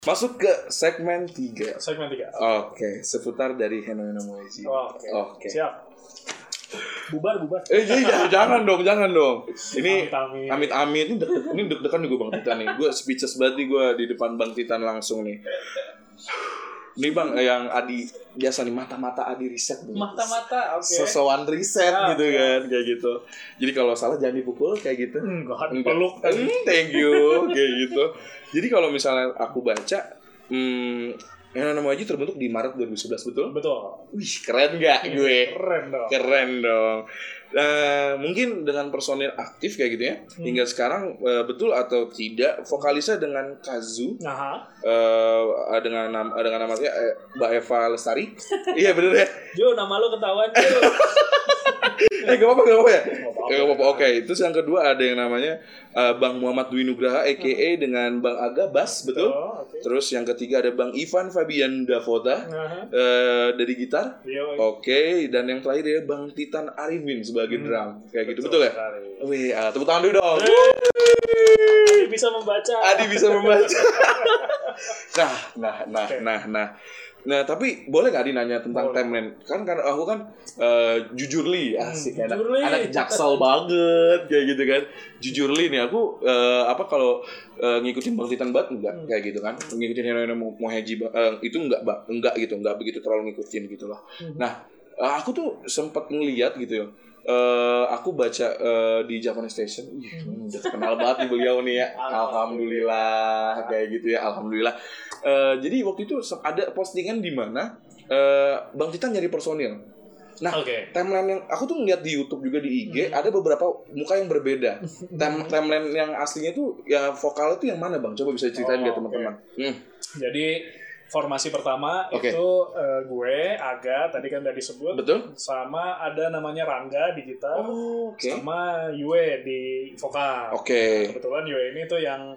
Masuk ke segmen 3. Segmen 3. Oke, seputar dari Heno Moeji. Oke. Siap. Bubar. Jangan dong. Ini amit-amit. Ini deg-degan nih gue Bang Titan nih. Gue speechless banget nih gue di depan Bang Titan langsung nih. Ini Bang yang Adi biasa nih mata-mata Adi riset nih. Mata-mata, oke. Sesuatu riset gitu kan, kayak gitu. Jadi kalau salah jangan dipukul kayak gitu. Enggak. Peluk. Thank you kayak gitu. Jadi kalau misalnya aku baca Heno Moeji terbentuk di Maret 2011, betul? Betul. Wih, keren gak gue? Keren dong. Mungkin dengan personil aktif kayak gitu ya. Hingga sekarang betul atau tidak vokalisnya dengan Kazu. Dengan namanya Mbak Eva Lestari. Iya bener ya. Jo, nama lo ketahuan Jo. Gak apa-apa ya. Oke. Terus yang kedua ada yang namanya Bang Muhammad Dwi Nugraha a.k.a. dengan Bang Aga Bass, betul? Okay. Terus yang ketiga ada Bang Ivan Fabian Davota dari gitar. Oke. Dan yang terakhir ya Bang Titan Arifin sebagai drum. Kayak gitu, betul ya? Wih, tepuk tangan dulu dong. Adi bisa membaca. Nah, tapi boleh nggak dinanya tentang timeline? Kan aku kan jujurly asik anak jaksel banget kayak gitu kan. Jujurly nih aku kalau ngikutin Bang Titan banget enggak kayak gitu kan. Ngikutin Heno Moeji itu enggak gitu, enggak begitu terlalu ngikutin gitu loh. Nah, aku tuh sempat ngeliat gitu ya. Aku baca di Japanese Station, udah kenal banget nih beliau nih ya. Alhamdulillah kayak gitu ya, alhamdulillah. Jadi waktu itu ada postingan di mana Bang Titan nyari personil. Nah, timeline yang aku tuh ngeliat di YouTube juga di IG ada beberapa muka yang berbeda. Timeline yang aslinya tuh ya vokal itu yang mana Bang? Coba bisa ceritain nggak teman-teman? Jadi formasi pertama itu gue, Aga, tadi kan udah disebut. Betul. Sama ada namanya Rangga di gitar. Sama Yue di vokal. Kebetulan Yue ini tuh yang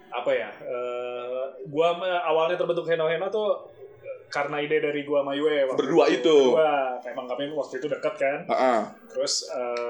gue awalnya terbentuk Heno tuh karena ide dari gue sama Yue. Berdua itu. Emang kami waktu itu dekat kan. Terus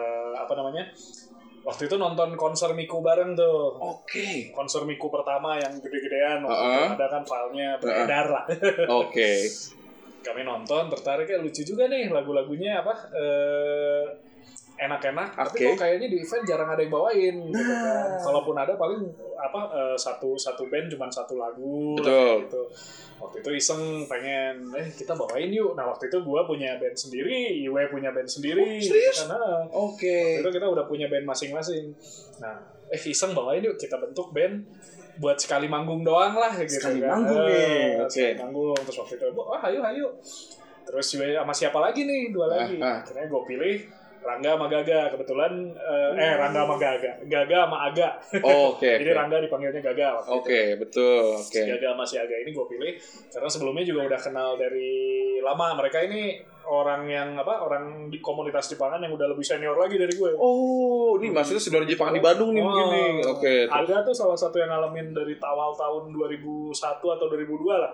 waktu itu nonton konser Miku bareng tuh. Konser Miku pertama yang gede-gedean. Waktu itu ada kan filenya beredar lah. Kami nonton, tertarik ya, lucu juga nih lagu-lagunya enak-enak. Tapi kok kayaknya di event jarang ada yang bawain gitu kan. Kalaupun ada paling satu band cuma satu lagu. Betul. Gitu. Waktu itu iseng pengen kita bawain yuk. Nah waktu itu gue punya band sendiri, Iwe punya band sendiri. Karena waktu itu kita udah punya band masing-masing. Nah iseng bawain yuk, kita bentuk band buat sekali manggung doang lah gitu. Sekali manggung nih. Sekali manggung. Terus waktu itu ayo. Terus Iwe sama siapa lagi nih, 2 lagi. Akhirnya gue pilih Rangga sama Gaga, kebetulan Rangga sama Gaga sama Aga. Jadi Rangga dipanggilnya Gaga. Betul. Gaga sama si Aga ini gue pilih karena sebelumnya juga udah kenal dari lama. Mereka ini orang di komunitas Jepangan yang udah lebih senior lagi dari gue. Ini maksudnya saudara Jepangan di Bandung nih mungkin nih. Aga tuh salah satu yang ngalamin dari awal tahun 2001 atau 2002 lah.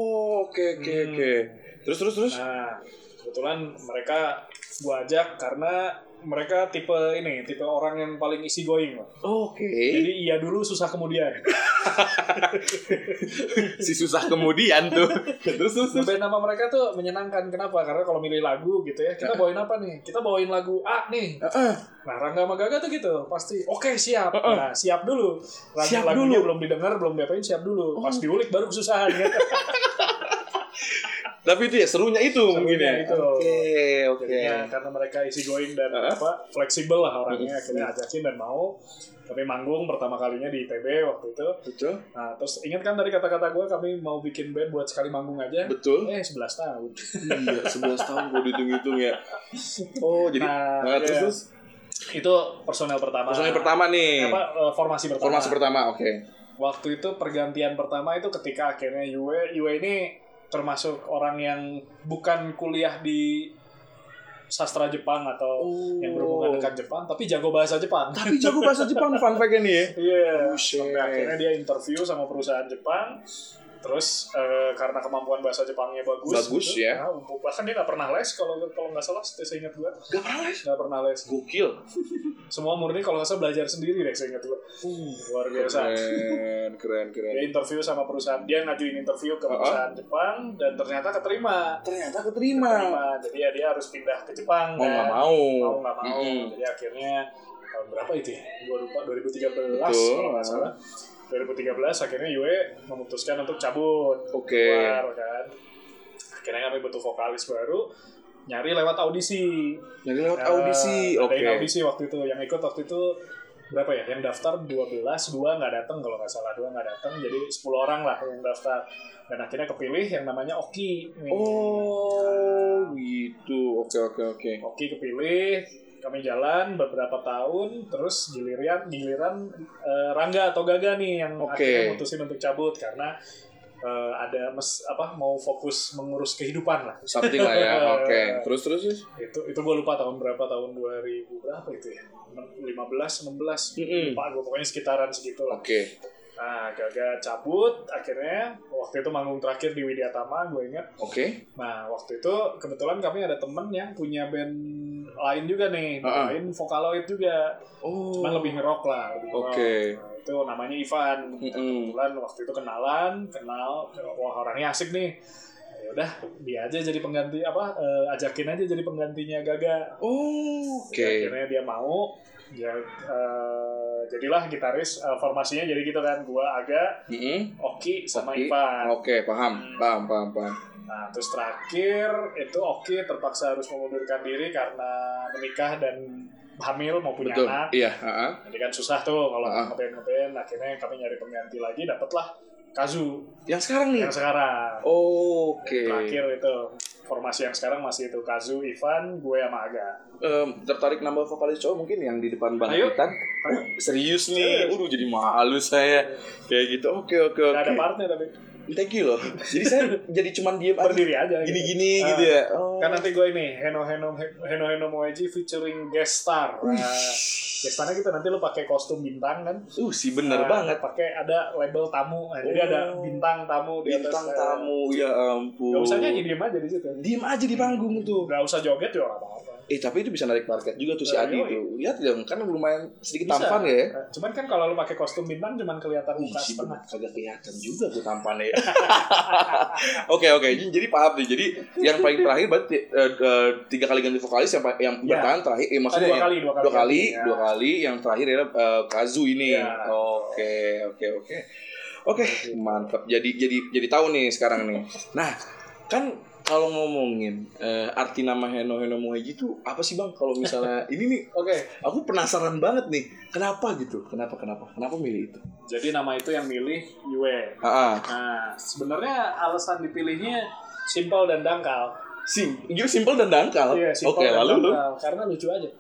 Terus. Nah, kebetulan mereka gue ajak karena mereka tipe orang yang paling easy going lah. Jadi iya dulu susah kemudian. Si susah kemudian tuh. Terus. Band nama mereka tuh menyenangkan. Kenapa? Karena kalau milih lagu gitu ya, kita bawain apa nih? Kita bawain lagu A nih. Nah Rangga sama Gaga tuh gitu pasti. Siap. Nah siap dulu. Lagunya belum didengar, belum diapain, siap dulu. Pas diulik baru kesusahan gitu. Tapi itu ya serunya itu mungkin ya. Jadinya karena mereka easy going dan fleksibel lah orangnya, akhirnya ajakin dan mau. Tapi manggung pertama kalinya di ITB waktu itu. Betul. Nah terus ingat kan dari kata-kata gue, kami mau bikin band buat sekali manggung aja. Betul. 11 tahun. Iya 11 tahun gue dihitung-hitung ya. Jadi terus itu personel pertama. Personel pertama nih. Formasi pertama. Formasi pertama, Waktu itu pergantian pertama itu ketika akhirnya Yue ini termasuk orang yang bukan kuliah di sastra Jepang atau yang berhubungan dengan Jepang, tapi jago bahasa Jepang. Fun fact ini ya. Sampai akhirnya dia interview sama perusahaan Jepang. Terus karena kemampuan bahasa Jepangnya bagus gitu, ya. Nah, bahkan dia nggak pernah les kalau nggak salah, saya ingat gue. Nggak pernah les. Gokil. Semua murni kalau nggak salah belajar sendiri deh, saya ingat gue. Luar biasa. Keren. Dia interview sama perusahaan, dia ngajuin interview ke perusahaan Jepang dan ternyata keterima. Jadi ya dia harus pindah ke Jepang. Mau nggak mau. Jadi akhirnya tahun berapa itu ya? Gue lupa, 2013 kalau nggak salah. 2013 akhirnya Yue memutuskan untuk cabut keluar kan. Akhirnya kami butuh vokalis baru, nyari lewat audisi. Ada audisi waktu itu, yang ikut waktu itu berapa ya? Yang daftar 12, 2 nggak datang kalau nggak salah, 2 nggak datang, jadi 10 orang lah yang daftar. Dan akhirnya kepilih yang namanya Oki. Gitu. Oke. Oki kepilih. Kami jalan beberapa tahun, terus giliran Rangga atau Gaga nih yang akhirnya mutusin untuk cabut karena ada mau fokus mengurus kehidupan lah. Something lah ya. Oke. Terus. Itu gue lupa tahun berapa, tahun 2000 berapa itu ya? 15, 16. Lupa gue, pokoknya sekitaran segitu lah. Oke. Nah, Gaga cabut, akhirnya waktu itu manggung terakhir di Widyatama, gue ingat. Nah, waktu itu kebetulan kami ada temen yang punya band lain juga nih, lain Vocaloid juga. Cuman lebih ngerok lah. Nah, itu namanya Ivan. Kebetulan waktu itu kenal, wah orangnya asik nih. Ya udah, dia aja jadi pengganti ajakin aja jadi penggantinya Gaga. Akhirnya dia mau. Ya, jadilah gitaris, formasinya jadi gitu kan, gua Aga, Oki sama Ivan. Paham. Nah, terus terakhir itu Oki terpaksa harus mengundurkan diri karena menikah dan hamil mau punya anak. Jadi kan susah tuh kalau ngeband. Akhirnya kami nyari pengganti lagi, dapatlah Kazu. Yang sekarang nih? Yang sekarang. Terakhir itu formasi yang sekarang masih itu Kazu, Ivan, gue sama Aga. Tertarik nambah vokalis cowok mungkin yang di depan Bang Titan? Serius nih? Jadi malu saya kayak gitu. Oke. Gak ada partnya tapi. Thank you loh. Jadi saya jadi cuman diem berdiri aja gini gitu ya. Kan nanti gue ini Heno Moeji featuring guest star. Guest starnya kita nanti lo pakai kostum bintang kan? Sih bener banget. Pakai ada label tamu. Jadi ada bintang tamu di atas. Bintang tamu, ya ampun. Gak usah nyanyi, diem aja di situ. Diem aja di panggung tuh. Gak usah joget juga apa-apa. Tapi itu bisa narik market juga tuh si Adi tuh. Lihat dong, kan lumayan sedikit tampan ya. Cuman kan kalau lu pakai kostum bintang cuman kelihatan muka setengah. Kagak kelihatan juga tuh tampannya. Oke. Jadi paham nih. Jadi yang paling terakhir berarti 3 kali ganti vokalis yang bertahan terakhir. Maksudnya 2 kali. Yang terakhir adalah Kazu ini. Oke, mantap. Jadi tahu nih sekarang nih. Nah, kan kalau ngomongin arti nama Heno Moeji itu apa sih Bang? Kalau misalnya ini nih, aku penasaran banget nih. Kenapa gitu? Kenapa milih itu? Jadi nama itu yang milih Yue. Nah, sebenarnya alasan dipilihnya simpel dan dangkal. Simpel dan dangkal. Iya, simpel dan dangkal. Karena lucu aja.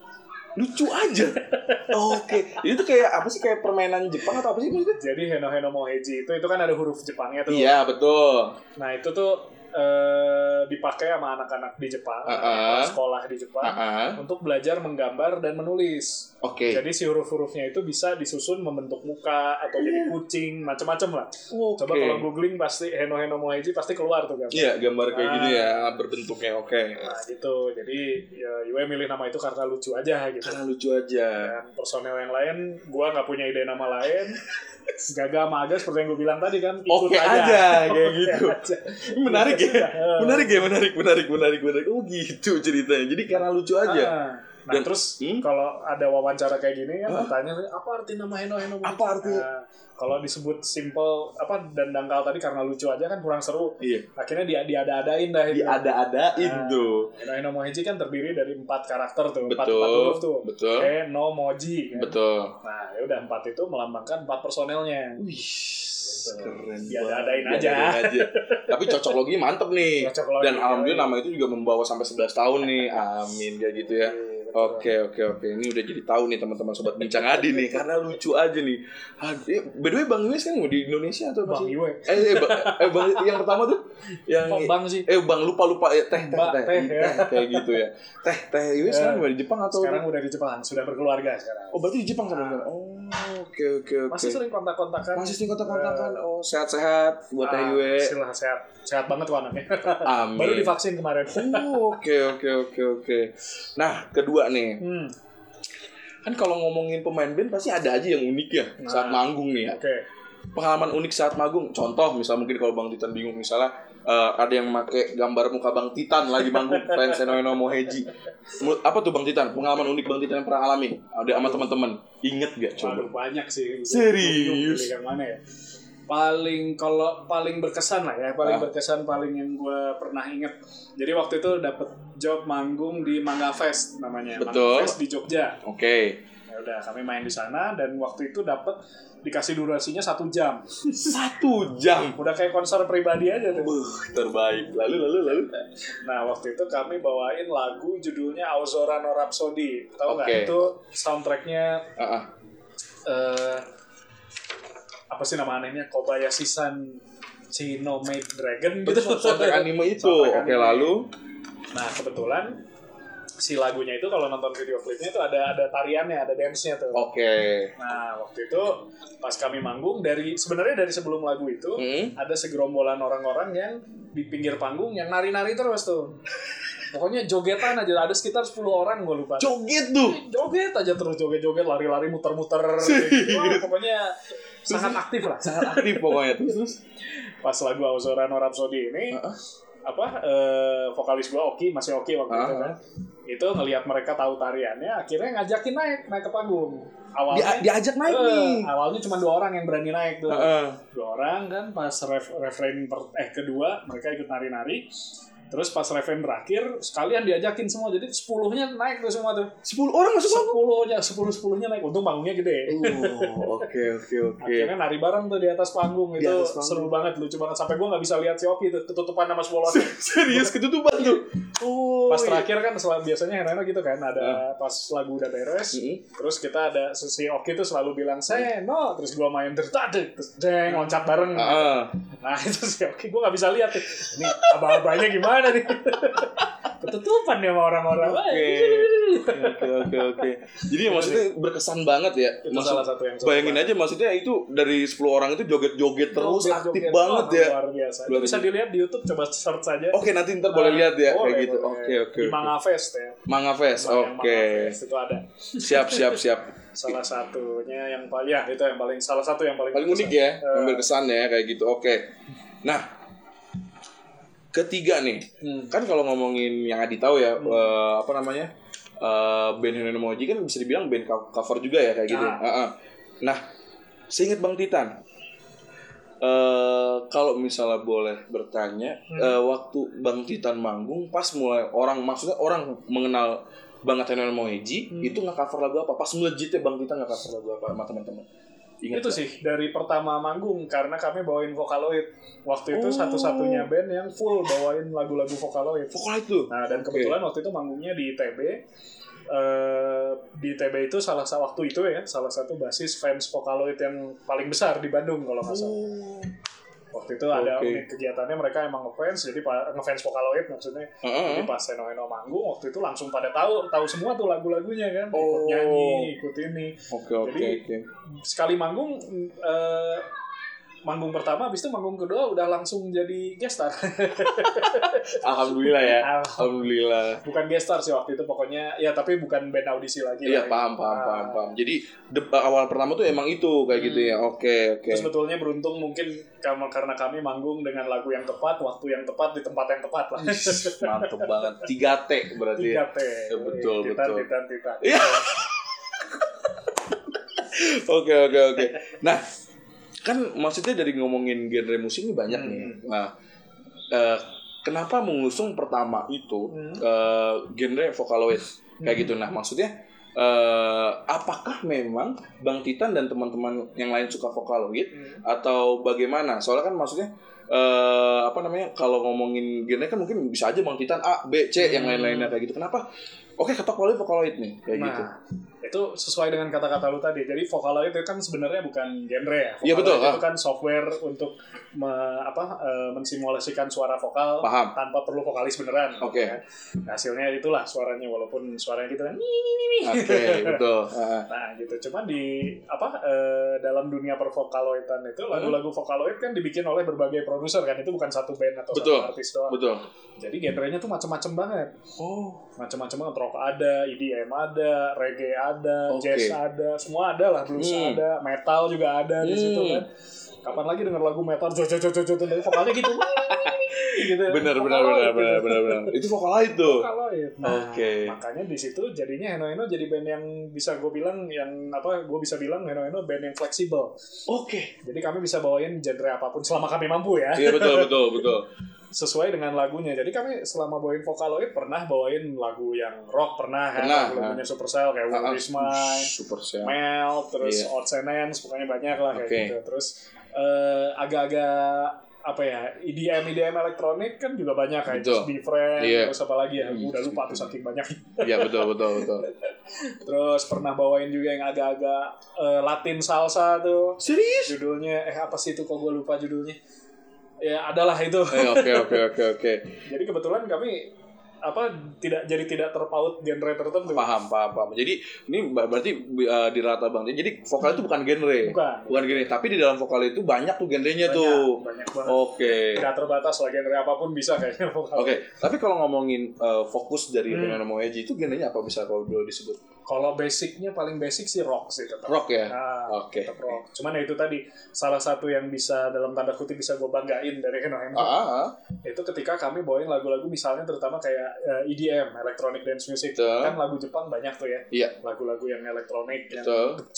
Itu kayak apa sih, kayak permainan Jepang atau apa sih maksudnya? Jadi Heno Moeji itu kan ada huruf Jepangnya tuh. Iya, betul. Nah, itu tuh dipakai sama anak-anak di Jepang, sekolah di Jepang, untuk belajar menggambar dan menulis. Jadi si huruf-hurufnya itu bisa disusun membentuk muka atau jadi kucing, macam-macam lah. Coba kalau googling pasti Heno Moeji pasti keluar tuh gambar. Iya, gambar kayak gini ya berbentuknya. Nah gitu. Jadi Yue milih nama itu karena lucu aja gitu. Dan personel yang lain, gua nggak punya ide nama lain. Gaga sama Aga seperti yang gue bilang tadi kan, ikut aja kayak gitu. Menarik ya. Menarik. Oh gitu ceritanya. Jadi karena lucu aja. Nah, terus kalau ada wawancara kayak gini kan tanya apa arti nama Heno Moeji? Apa artinya? Kalau disebut simple dan dangkal tadi karena lucu aja kan kurang seru. Iya. Akhirnya diada-adain dah itu. Tuh. Heno Moeji kan terdiri dari 4 karakter tuh, 4 huruf tuh. Betul. Heno Moeji kan. Betul. Nah, ya udah 4 itu melambangkan 4 personelnya. Keren. Diada-adain aja. Tapi cocok logi mantep nih. Dan alhamdulillah nama itu juga membawa sampai 11 tahun nih. Amin kayak gitu ya. Oke. Ini udah jadi tahu nih teman-teman sobat Bincang Adi nih, karena lucu aja nih. By the way Bang Yue sekarang di Indonesia atau Bang Yue? Bang yang pertama tuh yang Bang sih. Bang lupa teh kayak gitu ya. Teh Yue sekarang udah di Jepang atau? Sekarang udah di Jepang, sudah berkeluarga sekarang. Berarti di Jepang sama. Oke. Masih sering kontak-kontakan. Oh, sehat-sehat buat Yue. Sehat banget tuh anaknya. Amin. Baru divaksin kemarin. Oke. Nah, kedua nih. Kan kalau ngomongin pemain band pasti ada aja yang unik ya saat manggung nih ya. Pengalaman unik saat manggung. Contoh misal mungkin kalau Bang Titan bingung misalnya ada yang make gambar muka Bang Titan lagi manggung fans Eno Moheji. Apa tuh Bang Titan? Pengalaman unik Bang Titan yang pernah alami? Ada sama teman-teman. Ingat gak coba? Banyak sih. Serius? Yang mana ya? Paling berkesan lah ya, berkesan paling yang gue pernah inget. Jadi waktu itu dapet job manggung di Mangga Fest namanya. Betul. Mangga Fest di Jogja. Oke. Ya udah kami main di sana dan waktu itu dikasih durasinya 1 jam. 1 jam. Udah kayak konser pribadi aja tuh. Terbaik. Lalu. Nah waktu itu kami bawain lagu judulnya Aozora no Rhapsody. Tahu nggak? Itu soundtracknya. Apa sih nama animenya? Kobayashi-san Chino Maid Dragon gitu. Soundtrack anime itu. Oke, lalu. Nah kebetulan si lagunya itu kalau nonton video klipnya itu ada tariannya, ada dance-nya tuh. Oke. Nah waktu itu pas kami manggung sebenarnya dari sebelum lagu itu ada segerombolan orang-orang yang di pinggir panggung yang nari-nari terus tuh. Pokoknya jogetan aja, ada sekitar 10 orang gue lupa. Joget tuh? Joget aja terus, joget-joget, lari-lari, muter-muter gitu. Pokoknya sangat aktif lah. Sangat aktif pokoknya. Terus pas lagu Aozora no Rhapsody ini vokalis gue Oki, masih Oki waktu itu kan, itu ngelihat mereka tahu tariannya, akhirnya ngajakin naik ke panggung. Awalnya diajak naik nih. Awalnya cuma 2 orang yang berani naik tuh. 2 orang kan, pas refrain kedua mereka ikut nari-nari. Terus pas refrain berakhir sekalian diajakin semua, jadi 10-nya naik tuh semua tuh. 10 orang masuk panggung? 10-10-nya naik, untung panggungnya gede. Oke. Akhirnya nari bareng tuh di atas panggung, itu seru banget, lucu banget. Sampai gue nggak bisa lihat si Oki tuh, ketutupan sama 10 orang. Serius ketutupan tuh? Pas terakhir kan biasanya Herena gitu kan, ada pas lagu udah beres, terus kita ada si Oki tuh selalu bilang Seno, terus gue main terus loncat bareng. Nah itu si Oki gue nggak bisa lihat tuh, ini abah-abahnya gimana nih? Ketutupan ya sama orang-orang. Oke. Jadi maksudnya berkesan banget ya. Itu salah satu yang bayangin aja maksudnya itu dari 10 orang itu joget-joget terus, aktif banget ya. Luar biasa. Itu bisa dilihat di YouTube, coba search saja. Oke, nanti ntar boleh lihat ya kayak gitu. Oke. Di Mangga Fest ya. Mangga Fest. Oke. Itu ada. Siap. Salah satunya yang itu yang salah satu yang paling unik ya, yang berkesan ya kayak gitu. Oke. Nah, ketiga nih, kan kalau ngomongin yang Adi tahu ya, band Eno Moheji kan bisa dibilang band cover juga ya kayak gitu. Nah, seingat Bang Titan, kalau misalnya boleh bertanya, waktu Bang Titan manggung, pas mulai orang mengenal banget Eno Moheji, itu nge-cover lagu apa? Pas melejitnya Bang Titan nge-cover lagu apa sama teman-teman? Ingat itu sih dari pertama manggung, karena kami bawain Vocaloid waktu itu satu-satunya band yang full bawain lagu-lagu Vocaloid tuh. Nah dan kebetulan waktu itu manggungnya di ITB. Di ITB itu salah satu basis fans Vocaloid yang paling besar di Bandung kalau nggak salah. Waktu itu ada unit kegiatannya, mereka emang ngefans, jadi ngefans Vocaloid maksudnya. Jadi pas Eno manggung waktu itu langsung pada tahu semua tuh lagu-lagunya kan, ikut nyanyi, ikut ini. Jadi sekali manggung pertama, habis itu manggung kedua udah langsung jadi guest star. Alhamdulillah ya. Alhamdulillah. Bukan guest star sih waktu itu, pokoknya ya, tapi bukan band audisi lagi. Iya, paham. Jadi awal pertama tuh emang itu kayak gitu ya. Oke. Terus sebetulnya beruntung mungkin karena kami manggung dengan lagu yang tepat, waktu yang tepat, di tempat yang tepat lah. Mantap banget. 3T berarti. 3T. Ya, betul. Titan. Iya. Oke. Nah, kan maksudnya dari ngomongin genre musik ini banyak nih. Nah, kenapa mengusung pertama itu genre Vocaloid kayak gitu? Nah, maksudnya apakah memang Bang Titan dan teman-teman yang lain suka Vocaloid atau bagaimana? Soalnya kan maksudnya apa namanya, kalau ngomongin genre kan mungkin bisa aja Bang Titan A, B, C yang lain-lainnya kayak gitu. Kenapa? Oke, kata Vocaloid nih kayak gitu. Itu sesuai dengan kata-kata lu tadi. Jadi Vocaloid itu kan sebenarnya bukan genre ya. Iya betul. Itu kan software untuk mensimulasikan suara vokal tanpa perlu vokalis beneran. Oke. Ya. Hasilnya itulah suaranya, walaupun suaranya gitu kan. Oke, betul. Nah, gitu. Cuma di dalam dunia per-Vocaloidan itu lagu-lagu Vocaloid kan dibikin oleh berbagai produser kan. Itu bukan satu band atau satu artis doang. Betul. Jadi genrenya tuh macam-macam banget. Macam-macam banget. Rock ada, EDM ada, reggae ada, jazz ada, semua ada lah, blues ada, metal juga ada di situ kan. Kapan lagi denger lagu metal dari vokalnya gitu. Gitu. Benar. Itu Vocaloid tuh. Vocaloid. Nah, makanya di situ jadinya Heno Heno jadi band yang bisa gue bilang Heno Heno band yang fleksibel. Jadi kami bisa bawain genre apapun selama kami mampu ya. Iya betul. Sesuai dengan lagunya. Jadi kami selama bawain Vocaloid pernah bawain lagu yang rock, pernah. Lagunya Supercell kayak World Is Mine, Mel, terus Odds and Ends, pokoknya banyak lah kayak gitu. Terus agak-agak apa ya, EDM elektronik kan juga banyak kayak Just Be Friends, terus apa lagi ya, udah lupa tuh saking banyak. Iya betul. Terus pernah bawain juga yang agak-agak Latin salsa tuh. Serius? Judulnya apa sih itu, kok gue lupa judulnya. Ya adalah itu. Oke. Jadi kebetulan kami tidak terpaut genre tertentu. Paham. Jadi ini berarti di rata Bang. Jadi vokal itu bukan genre. Bukan genre, tapi di dalam vokal itu banyak tuh genrenya tuh. Banyak banget. Tidak terbatas lah, genre apapun bisa kayaknya vokal. Tapi kalau ngomongin fokus dari Heno Moeji itu genrenya apa, bisa kalau boleh disebut? Kalau paling basic sih rock sih tetap. Rock ya? Tetap rock. Cuman ya itu tadi, salah satu yang bisa dalam tanda kutip bisa gue banggain dari Heno Heno. Itu ketika kami bawain lagu-lagu misalnya terutama kayak EDM, Electronic Dance Music. Kan lagu Jepang banyak tuh ya. Iya. Lagu-lagu yang elektronik yang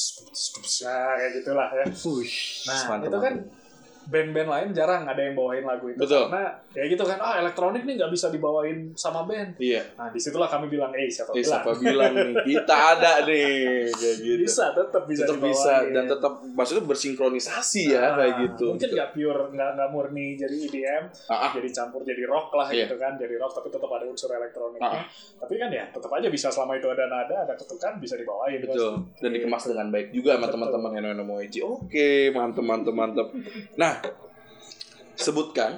kayak gitulah ya. Nah, itu kan band-band lain jarang ada yang bawain lagu itu. Karena ya gitu kan, elektronik nih nggak bisa dibawain sama band. Iya. Nah, disitulah kami bilang, siapa bilang nih, kita ada nih, kayak gitu. Tetap bisa dan tetap maksudnya bersinkronisasi ya, kayak gitu. Mungkin nggak pure, nggak murni jadi EDM, jadi campur jadi rock lah gitu kan, jadi rock tapi tetap ada unsur elektroniknya. Tapi kan ya tetap aja bisa, selama itu ada nada, ada ketukan, bisa dibawain. Betul. Dan dikemas dengan baik juga sama teman-teman Heno Moeji. Oke, mantep. Nah, sebutkan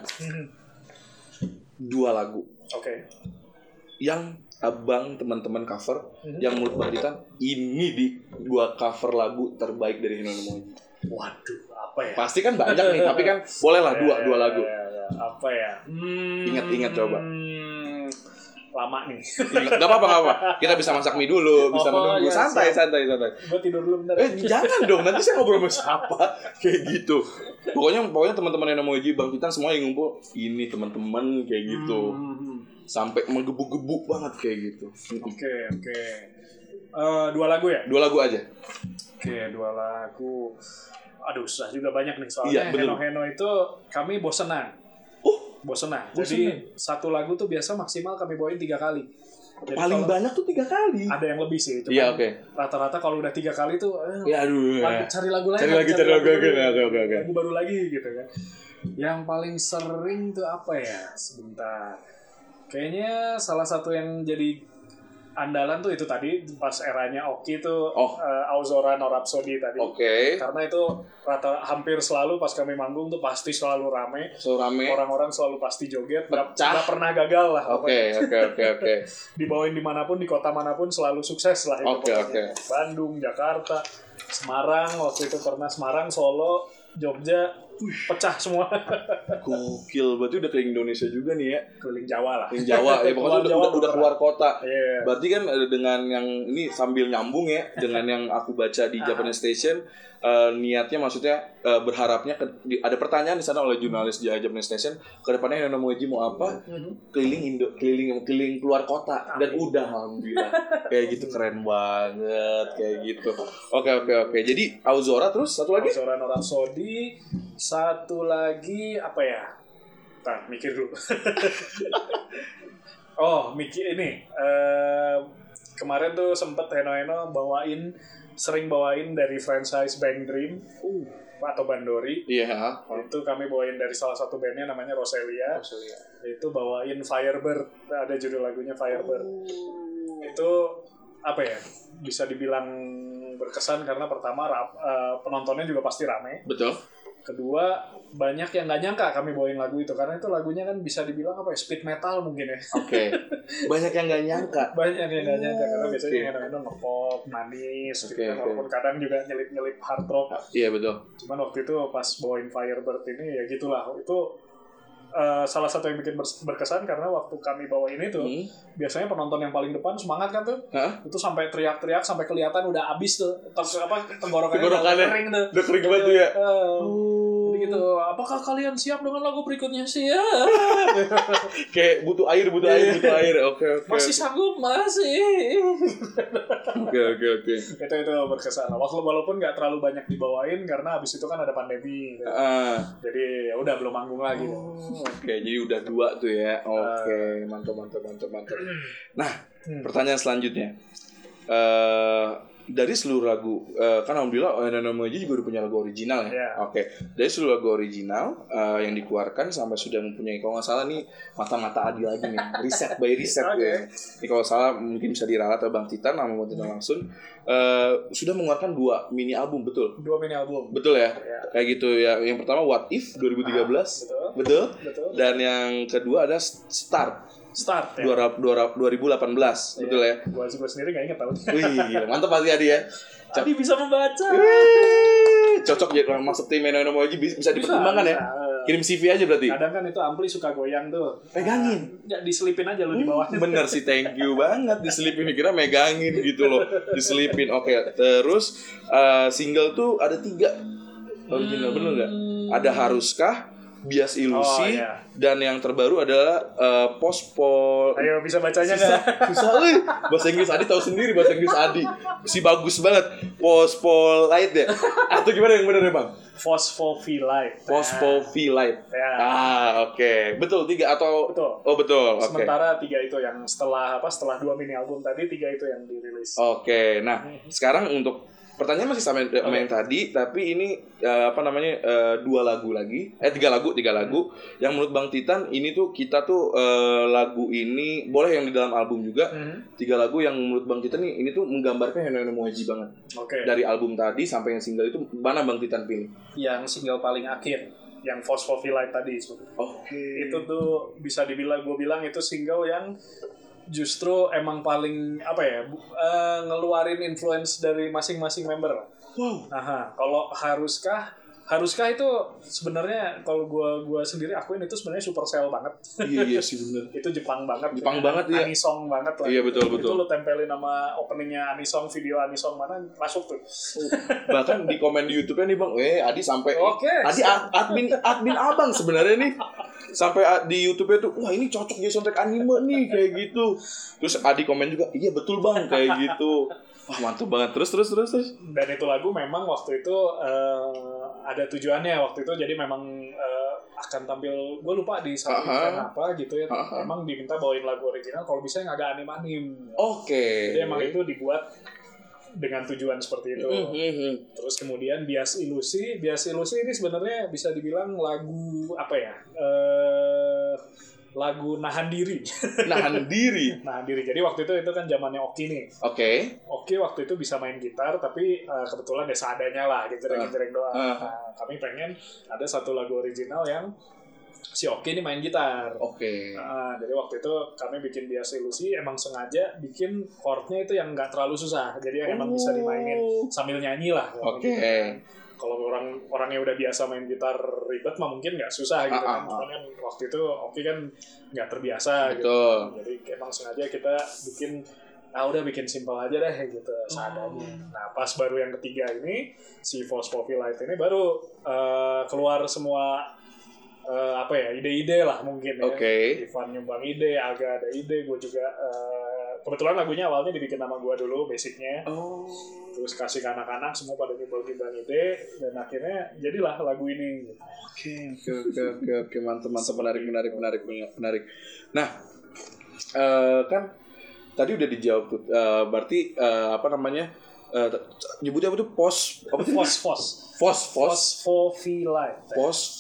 2 lagu. Yang abang teman-teman cover, yang menurut Bang Titan ini 2 cover lagu terbaik dari Heno Moeji. Waduh, apa ya? Pasti kan banyak nih, tapi kan bolehlah 2 lagu. Apa ya? Ingat coba. Lama nih. Gak apa-apa. Kita bisa masak mie dulu, bisa menunggu. Santai. Gue tidur dulu bentar. Jangan dong, nanti saya ngobrol sama siapa. Kayak gitu. Pokoknya teman-teman Heno Moeji, Bang Titan semua yang ngumpul, ini teman-teman kayak gitu. Sampai menggebu-gebu banget kayak gitu. Oke. 2 lagu ya? 2 lagu aja. 2 lagu. Aduh, susah juga banyak nih soalnya. Heno itu kami bosenan. Jadi 1 lagu tuh biasa maksimal kami bawain 3 kali. Jadi paling banyak tuh 3 kali. Ada yang lebih sih. Iya, rata-rata kalau udah 3 kali tuh cari lagu lain. Cari lagu lagu baru lagi gitu kan. Yang paling sering tuh apa ya? Sebentar. Kayaknya salah satu yang jadi andalan tuh itu tadi pas eranya Oki tuh Aozora No Rhapsody tadi. Karena itu hampir selalu pas kami manggung tuh pasti selalu rame. Orang-orang selalu pasti joget. Gak pernah gagal lah. Oke. Dibawain dimanapun, di kota manapun selalu sukses lah itu. Bandung, Jakarta, Semarang, waktu itu pernah Semarang, Solo, Jogja, pecah semua. Gokil, berarti udah keliling Indonesia juga nih ya. Keliling Jawa lah. Keliling Jawa, ya pokoknya udah keluar kota. Berarti kan dengan yang ini sambil nyambung ya, dengan yang aku baca di Japanese Station, niatnya maksudnya berharapnya ada pertanyaan di sana oleh jurnalis di Japanese Station, kedepannya Heno Moeji mau apa? Keliling keluar kota. Dan udah, alhamdulillah. Kayak gitu, keren banget kayak gitu. Oke. Jadi Aozora, terus satu lagi? Aozora No Rhapsody. Satu lagi apa ya? mikir dulu. Mikir ini kemarin tuh sempet Heno sering bawain dari franchise Bang Dream atau Bandori. Iya. Itu kami bawain dari salah satu bandnya namanya Roselia. Itu bawain Firebird, ada judul lagunya Firebird. Itu apa ya? Bisa dibilang berkesan karena pertama penontonnya juga pasti rame. Betul. Kedua, banyak yang nggak nyangka kami bawain lagu itu karena itu lagunya kan bisa dibilang apa ya, speed metal mungkin ya. Oke. Banyak yang nggak nyangka. Banyak yang nggak nyangka karena biasanya Heno nge-pop, manis, gitu kan. Walaupun kadang juga nyelip-nyelip hard rock. Iya betul. Cuman waktu itu pas bawain Firebird ini ya gitulah. Itu salah satu yang bikin berkesan karena waktu kami bawain itu biasanya penonton yang paling depan semangat kan tuh. Itu sampai teriak-teriak sampai kelihatan udah abis tuh tenggorokannya udah kering tuh. Udah kering banget tuh ya. Jadi gitu, apakah kalian siap dengan lagu berikutnya? Siap. Kayak butuh air. Oke. Masih sanggup masih. Oke. Itu berkesan. Walaupun nggak terlalu banyak dibawain karena abis itu kan ada pandemi. Jadi ya udah belum manggung lagi. Oke, jadi udah 2 tuh ya. Oke, mantap. Nah, pertanyaan selanjutnya. Dari seluruh lagu, kan alhamdulillah Heno Moeji juga udah punya lagu original ya. Yeah. Oke, dari seluruh lagu original yang dikeluarkan sampai sudah mempunyai, kalau nggak salah nih mata-mata Adi lagi nih, riset ya. Ini kalau salah mungkin bisa diralat atau Bang Titan, nama Bang Titan langsung. Sudah mengeluarkan 2 mini album, betul? 2 mini album. Betul ya? Kayak gitu ya. Yang pertama What If 2013. Betul. Dan yang kedua ada Start ya? 2018. Betul ya? Gua sendiri gak inget tau. Wih, mantap pasti Adi ya. Adi bisa membaca. Cocok ya kalau masuk tim Heno Moeji bisa dipertimbangkan ya. Kirim CV aja berarti. Kadang kan itu ampli suka goyang tuh. Pegangin. Ya diselipin aja lo di bawahnya. Bener sih, thank you banget diselipin, kira megangin gitu loh. Diselipin. Oke. Terus single tuh ada 3 original, bener nggak? Ada Haruskah, Bias Ilusi, dan yang terbaru adalah Pospol. Ayo, bisa bacanya nggak? Susah, bahasa Inggris Adi tahu sendiri, bahasa Inggris Adi si bagus banget. Pospolite ya? Atau gimana yang benar ya Bang? Phosphophylite. Ya. Oke. Betul 3 atau? Betul. Oh betul. Oke. Sementara 3 itu yang setelah 2 mini album tadi, 3 itu yang dirilis. Oke. Nah, sekarang untuk pertanyaan masih sama yang tadi, tapi ini 2 lagu lagi, 3 lagu yang menurut Bang Titan ini tuh kita tuh lagu ini boleh yang di dalam album juga. 3 lagu yang menurut Bang Titan ini tuh menggambarkan Heno Moeji banget. Dari album tadi sampai yang single itu mana Bang Titan pilih? Yang single paling akhir, yang Phosphophylite tadi. Itu tuh bisa dibilang, gue bilang itu single yang justru emang paling ngeluarin influence dari masing-masing member. Kalau Haruskah itu sebenarnya kalau gua sendiri akuin itu sebenarnya Supercell banget. Iya sih benar. Itu Jepang banget ya. Anisong banget lah. Iya betul. Itu lo tempelin nama openingnya Anisong, video Anisong mana masuk tuh. Bahkan di komen di YouTube-nya nih Bang, Adi sampai Adi admin abang sebenarnya nih. Sampai di YouTube-nya tuh, wah ini cocok jadi soundtrack anime nih kayak gitu. Terus Adi komen juga, iya betul Bang kayak gitu. Wah mantap banget. Terus. Dan itu lagu memang waktu itu ada tujuannya waktu itu, jadi memang akan tampil, gue lupa di satu event apa gitu ya. Emang diminta bawain lagu original, kalau bisa yang agak anim-anim. Jadi emang itu dibuat dengan tujuan seperti itu. Terus kemudian Bias Ilusi ini sebenarnya bisa dibilang lagu lagu nahan diri. Jadi waktu itu kan zamannya Oki nih. Oki waktu itu bisa main gitar, tapi kebetulan ya seadanya lah, gitareng doang. Nah, kami pengen ada satu lagu original yang si Oki ini main gitar. Jadi waktu itu kami bikin Bias Ilusi, emang sengaja bikin chordnya itu yang nggak terlalu susah, jadi yang emang bisa dimainin sambil nyanyi lah. Kalau orangnya udah biasa main gitar ribet mah mungkin nggak susah gitu kan. Cuman kan waktu itu Oki kan nggak terbiasa gitu. Jadi emang sengaja kita bikin simpel aja deh gitu seadanya. Nah pas baru yang ketiga ini si Phosphophylite ini baru keluar semua ide-ide lah mungkin ya. Ivan nyumbang ide, Aga ada ide, gue juga kebetulan lagunya awalnya dibikin nama gue dulu basicnya. Terus kasih ke anak-anak, semua pada nyumbang ide, dan akhirnya jadilah lagu ini. Oke, mantap, menarik. Nah, kan tadi udah dijawab tuh. Berarti apa namanya? Nyebutnya apa tuh? Phospholipid.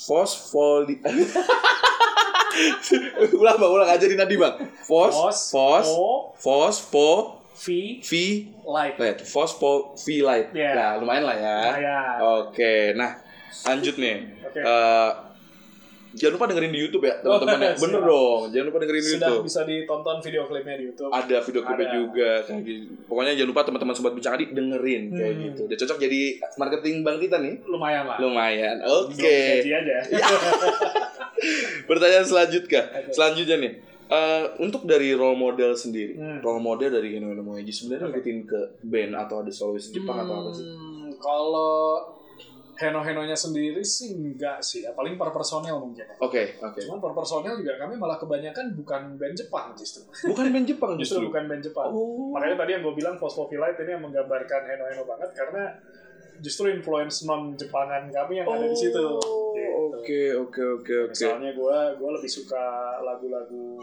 Ulang ajarin tadi bang. Phospholipid. Yeah. Nah, lumayan lah ya. Oke, nah lanjut nih. Jangan lupa dengerin di YouTube ya teman-teman. Bener dong, jangan lupa dengerin di YouTube. Sudah bisa ditonton video klipnya di YouTube. Ada video klipnya juga kayak gitu. Pokoknya jangan lupa teman-teman sobat Bincang Adi dengerin kayak gitu. Udah cocok jadi marketing Bang Titan nih. Lumayan lah. Oke. Aja. Pertanyaan selanjutnya nih. Untuk dari role model sendiri, role model dari Heno Moeji sebenarnya ngikutin ke band atau ada solois Jepang atau apa sih? Kalau Heno-Henonya sendiri sih enggak sih, paling per personel mungkin. Oke. Cuman per personel juga kami malah kebanyakan bukan band Jepang justru. Bukan band Jepang justru bukan band Jepang. Makanya tadi yang gue bilang Phospholipid ini yang menggambarkan Heno-Heno banget karena justru influence non-Jepangan kami yang ada di situ. Oke. Misalnya gue lebih suka lagu-lagu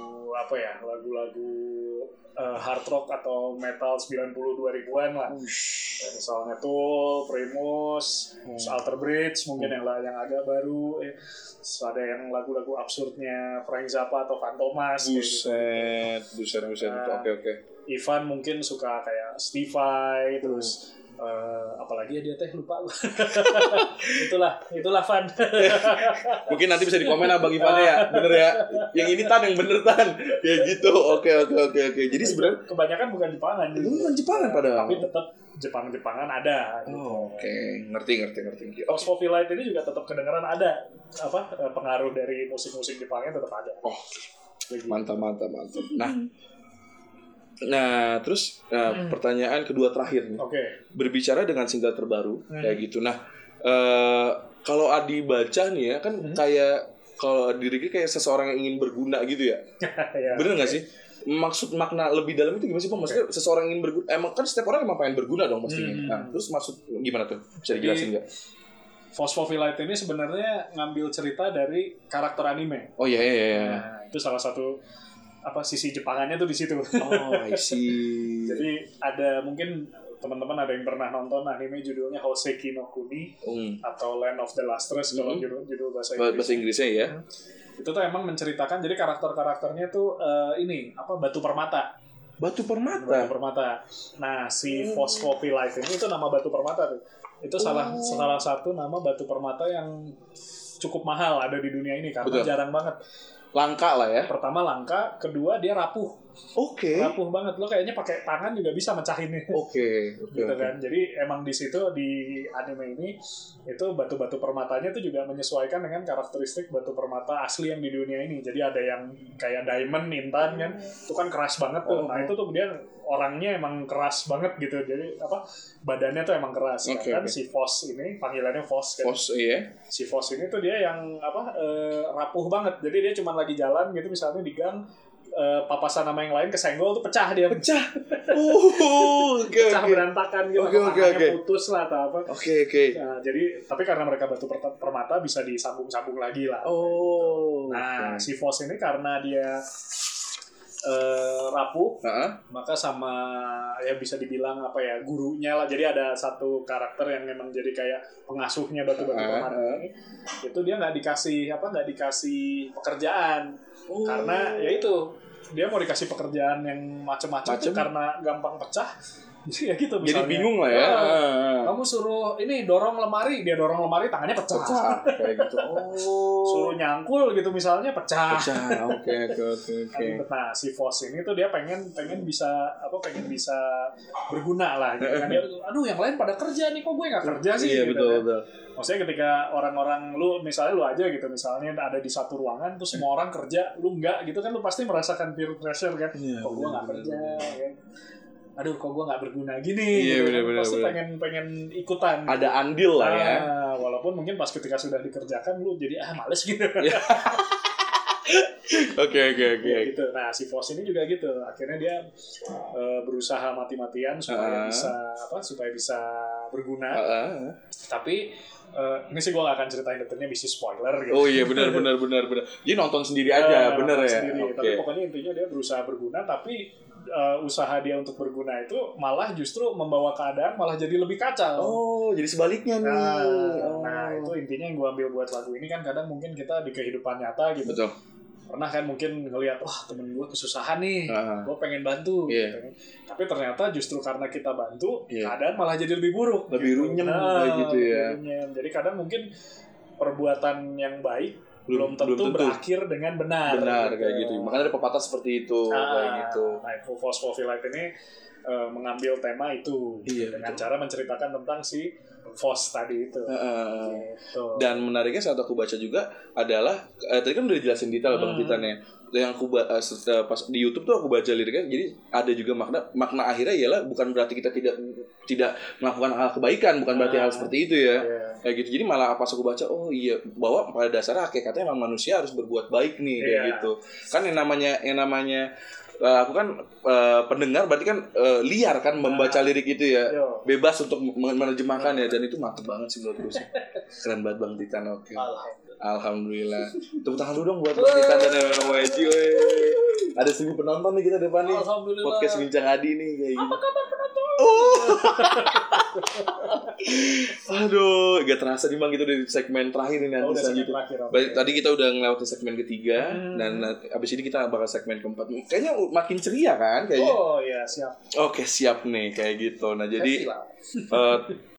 hard rock atau metal 90-2000-an lah. Misalnya Tool, Primus, Alter Bridge mungkin yang agak baru. Terus ada yang lagu-lagu absurdnya Frank Zappa atau Fantomas. Buset. Oke. Ivan mungkin suka kayak Stevie, terus apalagi ya dia lupa. itulah Van. Mungkin nanti bisa di komen Bang Ivan ya, bener ya. Yang ini yang bener kayak gitu. Oke. Jadi sebenarnya kebanyakan bukan Jepangan. Bukan Jepangan padahal. Tapi tetap Jepangan ada. Oke. Ngerti. Phospholipid ini juga tetap kedengeran ada pengaruh dari musik-musik Jepangnya tetap ada. Mantap. Nah, terus pertanyaan kedua terakhir nih. Berbicara dengan single terbaru kayak gitu. Nah, kalau Adi baca nih ya kan kayak kalau diri kayak seseorang yang ingin berguna gitu ya. Bener nggak sih? Maksud makna lebih dalam itu gimana sih, Pak? Maksudnya seseorang ingin berguna. Emang kan setiap orang emang pengen berguna dong pastinya. Nah, terus maksud gimana tuh? Bisa dijelasin nggak? Phospholipid ini sebenarnya ngambil cerita dari karakter anime. Oh iya. Nah, itu salah satu sisi Jepangannya tuh di situ. I see. Jadi ada mungkin teman-teman ada yang pernah nonton anime judulnya Hoseki no Kuni atau Land of the Lustrous kalau judul bahasa Inggrisnya ya. Itu tuh emang menceritakan jadi karakternya tuh batu permata. Batu permata. Nah, si Phospholipid ini itu nama batu permata tuh. Itu salah satu nama batu permata yang cukup mahal ada di dunia ini karena jarang banget. Langka lah ya. Pertama langka, kedua dia rapuh. Rapuh banget, lo kayaknya pakai tangan juga bisa mecahinnya. Gitu kan. Jadi emang di situ di anime ini itu batu-batu permatanya itu juga menyesuaikan dengan karakteristik batu permata asli yang di dunia ini. Jadi ada yang kayak diamond, intan kan, itu kan keras banget tuh. Nah itu tuh dia orangnya emang keras banget gitu. Jadi badannya tuh emang keras. Kan si Phos ini panggilannya Phos kan. Si Phos ini tuh dia yang rapuh banget. Jadi dia cuma lagi jalan gitu misalnya di gang, papasan sama yang lain kesenggol tuh pecah. Pecah berantakan gitu. Tangannya putus lah atau apa. Nah, jadi tapi karena mereka batu permata bisa disambung-sambung lagi lah. Si Phos ini karena dia rapuh, maka sama ya bisa dibilang gurunya lah. Jadi ada satu karakter yang memang jadi kayak pengasuhnya batu-batu permata ini. Itu dia nggak dikasih pekerjaan karena ya itu dia mau dikasih pekerjaan yang macam-macam karena gampang pecah. Jadi ya gitu misalnya. Jadi bingung lah ya. Kamu suruh ini dorong lemari, dia dorong lemari tangannya pecah. Kayak gitu. Suruh nyangkul gitu misalnya pecah. Oke. Nah, si Phos ini tuh dia pengen bisa berguna lah gitu kan. Dia, aduh yang lain pada kerja nih kok gue enggak kerja sih. Iya, gitu betul. Maksudnya ketika orang-orang misalnya lu aja gitu, misalnya ada di satu ruangan terus semua orang kerja, lu enggak gitu kan, lu pasti merasakan peer pressure kan. Kok gue enggak kerja kan. Aduh kok gue gak berguna gini. Iya, gitu. Pasti pengen ikutan. Ada andil lah ya. Walaupun mungkin pas ketika sudah dikerjakan lu jadi males gitu. Oke. Gitu. Nah si Phos ini juga gitu. Akhirnya dia berusaha mati-matian supaya bisa berguna. Tapi ini sih gue gak akan ceritain detailnya, bisa spoiler gitu. Oh iya benar. Jadi nonton sendiri aja, benar ya. Sendiri. Tapi pokoknya intinya dia berusaha berguna, tapi usaha dia untuk berguna itu malah justru membawa keadaan malah jadi lebih kacau. Oh, jadi sebaliknya nih. Nah, itu intinya yang gue ambil buat lagu ini kan. Kadang mungkin kita di kehidupan nyata gitu. Betul. Pernah kan mungkin ngelihat, wah temen gue kesusahan nih, gue pengen bantu. Gitu. Tapi ternyata justru karena kita bantu, keadaan malah jadi lebih buruk. Lebih gitu. runyem kayak gitu ya. Jadi kadang mungkin perbuatan yang baik belum tentu berakhir dengan benar gitu. Kayak gitu. Makanya ada pepatah seperti itu kayak gitu. Nah, Force for Life ini mengambil tema itu dengan cara menceritakan tentang si Foss tadi itu. Gitu. Dan menariknya saat aku baca juga adalah tadi kan udah dijelasin detail Bang Titannya. Yang aku pas di YouTube tuh aku baca liriknya, jadi ada juga makna akhirnya ialah bukan berarti kita tidak melakukan hal kebaikan, bukan berarti hal seperti itu ya. Kayak gitu. Jadi malah pas aku baca, oh iya, bahwa pada dasarnya hakikatnya memang manusia harus berbuat baik nih kayak gitu. Kan yang namanya aku kan pendengar berarti kan liar kan membaca lirik itu ya. Bebas untuk menerjemahkan ya, dan itu mantep banget sih menurutku sih. Keren banget Bang Titan. Oke. Alhamdulillah. Tepuk tangan dulu dong buat Bang Titan dan WJ. Ada 1.000 penonton nih kita depan nih. Podcast Bincang Adi nih kayak gitu. Apa kabar penonton? Aduh, gak terasa nih Bang, gitu dari segmen terakhir ini nanti terakhir. Tadi kita udah ngelewatin segmen ketiga dan abis ini kita bakal segmen keempat. Kayaknya makin ceria kan kayaknya. Oh iya, siap. Oke, siap nih kayak gitu. Nah, jadi